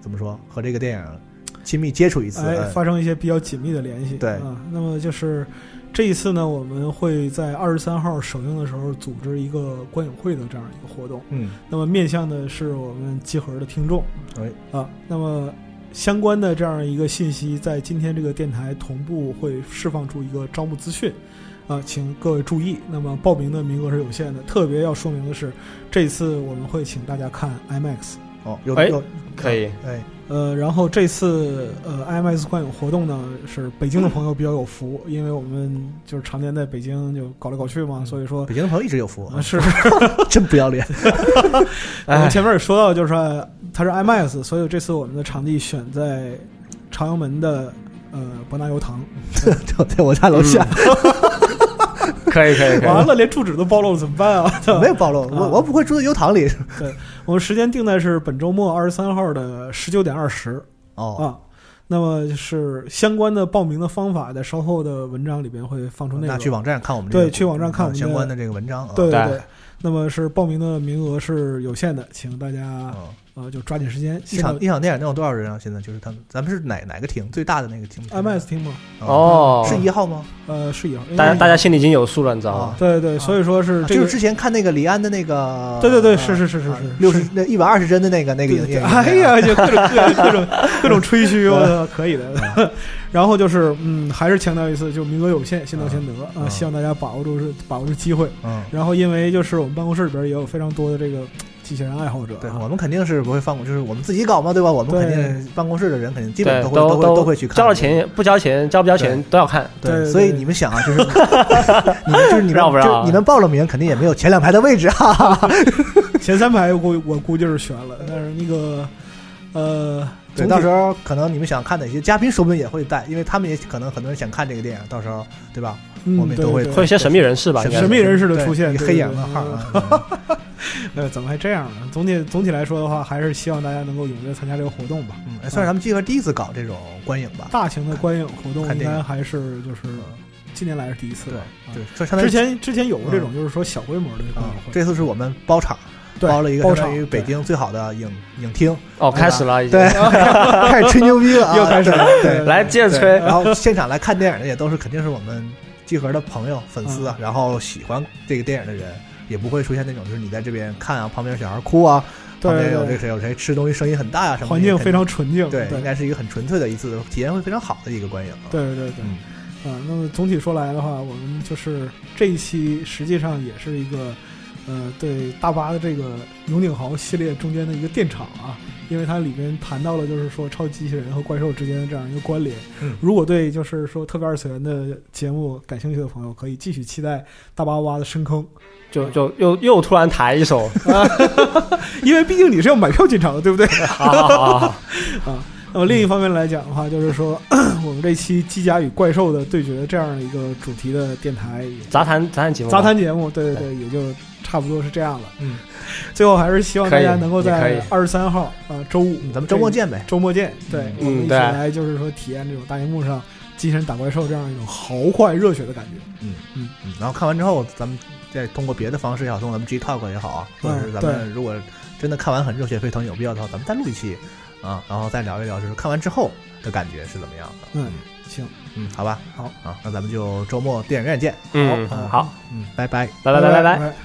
怎么说和这个电影亲密接触一次， 发生一些比较紧密的联系。 对啊，那么就是这一次呢，我们会在23号首映的时候组织一个观影会的这样一个活动。那么面向的是我们集合的听众。那么相关的这样一个信息，在今天这个电台同步会释放出一个招募资讯。请各位注意，那么报名的名额是有限的。特别要说明的是，这次我们会请大家看 IMAX。 有可以。 然后这次IMAX 观影活动呢，是北京的朋友比较有福，因为我们就是常年在北京就搞来搞去嘛，所以说北京的朋友一直有福是真不要脸。 我们前面也说到，就是说它是 IMAX， 所以这次我们的场地选在朝阳门的伯纳油塘， 就在我家楼下。 可以。 完了，连住址都暴露了，怎么办啊？ 没有暴露，我不会住在油塘里。 对，我们时间定在是本周末23号的19点20。那么就是相关的报名的方法，在稍后的文章里边会放出内容。 那去网站看我们对，去网站看我们相关的这个文章。 对。那么是报名的名额是有限的，请大家就抓紧时间。 一场电影能有多少人啊？现在就是咱们是哪个厅最大的那个厅 ？IMAX 厅吗？ 是1号吗？ 是1号。 大家心里已经有数了，你知道吗？ 对，所以说是这个就是之前看那个李安的那个。 对，是 60那120帧的那个影院。 哎呀，就各种吹嘘，可以的。然后就是还是强调一次，就名额有限，先到先得希望大家把握住机会。然后因为就是我们办公室里边也有非常多的这个机器人爱好者。 对，我们肯定是不会放过，就是我们自己搞嘛，对吧？我们肯定办公室的人肯定基本都会去看。 交了钱不交钱，交不交钱都要看。 对， 所以你们想啊，就是你们报了名，肯定也没有前2排的位置啊。 前3排我估计是悬了，但是那个对，到时候可能你们想看哪些嘉宾，说不定也会带，因为他们也可能很多人想看这个电影，到时候对吧？我们都会有些神秘人士吧， 神秘人士的出现， 黑眼的号。 怎么还这样呢？总体来说的话，还是希望大家能够踊跃参加这个活动吧。 算是咱们集合第一次搞这种观影吧， 大型的观影活动，应该还是就是近年来是第一次。 对， 之前有过这种，就是说小规模的观影会。 这次是我们包场。包了一个相当于北京最好的影厅。 开始了，已经对，开始吹牛逼了， 又开始了。对，来接着吹。 然后现场来看电影的也都是肯定是我们集合的朋友、粉丝然后喜欢这个电影的人，也不会出现那种就是你在这边看啊，旁边有小孩哭啊，旁边有谁吃东西声音很大啊什么的， 环境非常纯净。 对，应该是一个很纯粹的一次体验，会非常好的一个观影。 对。那么总体说来的话，我们就是这一期实际上也是一个。对大巴的这个永井豪系列中间的一个电场啊，因为它里面谈到了就是说超级机器人和怪兽之间的这样一个关联。如果对就是说特别2次元的节目感兴趣的朋友，可以继续期待大巴哇的深坑， 就又突然抬一手因为毕竟你是要买票进场的，对不对？ 好那么另一方面来讲的话，就是说我们这期机甲与怪兽的对决这样的一个主题的电台杂谈节目， 对，也就差不多是这样了。最后还是希望大家能够在23号周五， 咱们周末见呗。 周末见，对，我们一起来就是说体验这种大荧幕上机器人打怪兽这样一种豪快热血的感觉。 然后看完之后，咱们再通过别的方式也好，通过咱们 G Talk 也好啊，或者是咱们如果真的看完很热血沸腾，有必要的话，咱们再录一期然后再聊一聊，就是看完之后的感觉是怎么样的。 行， 好吧，好那咱们就周末电影院见。 好， 拜拜。 拜。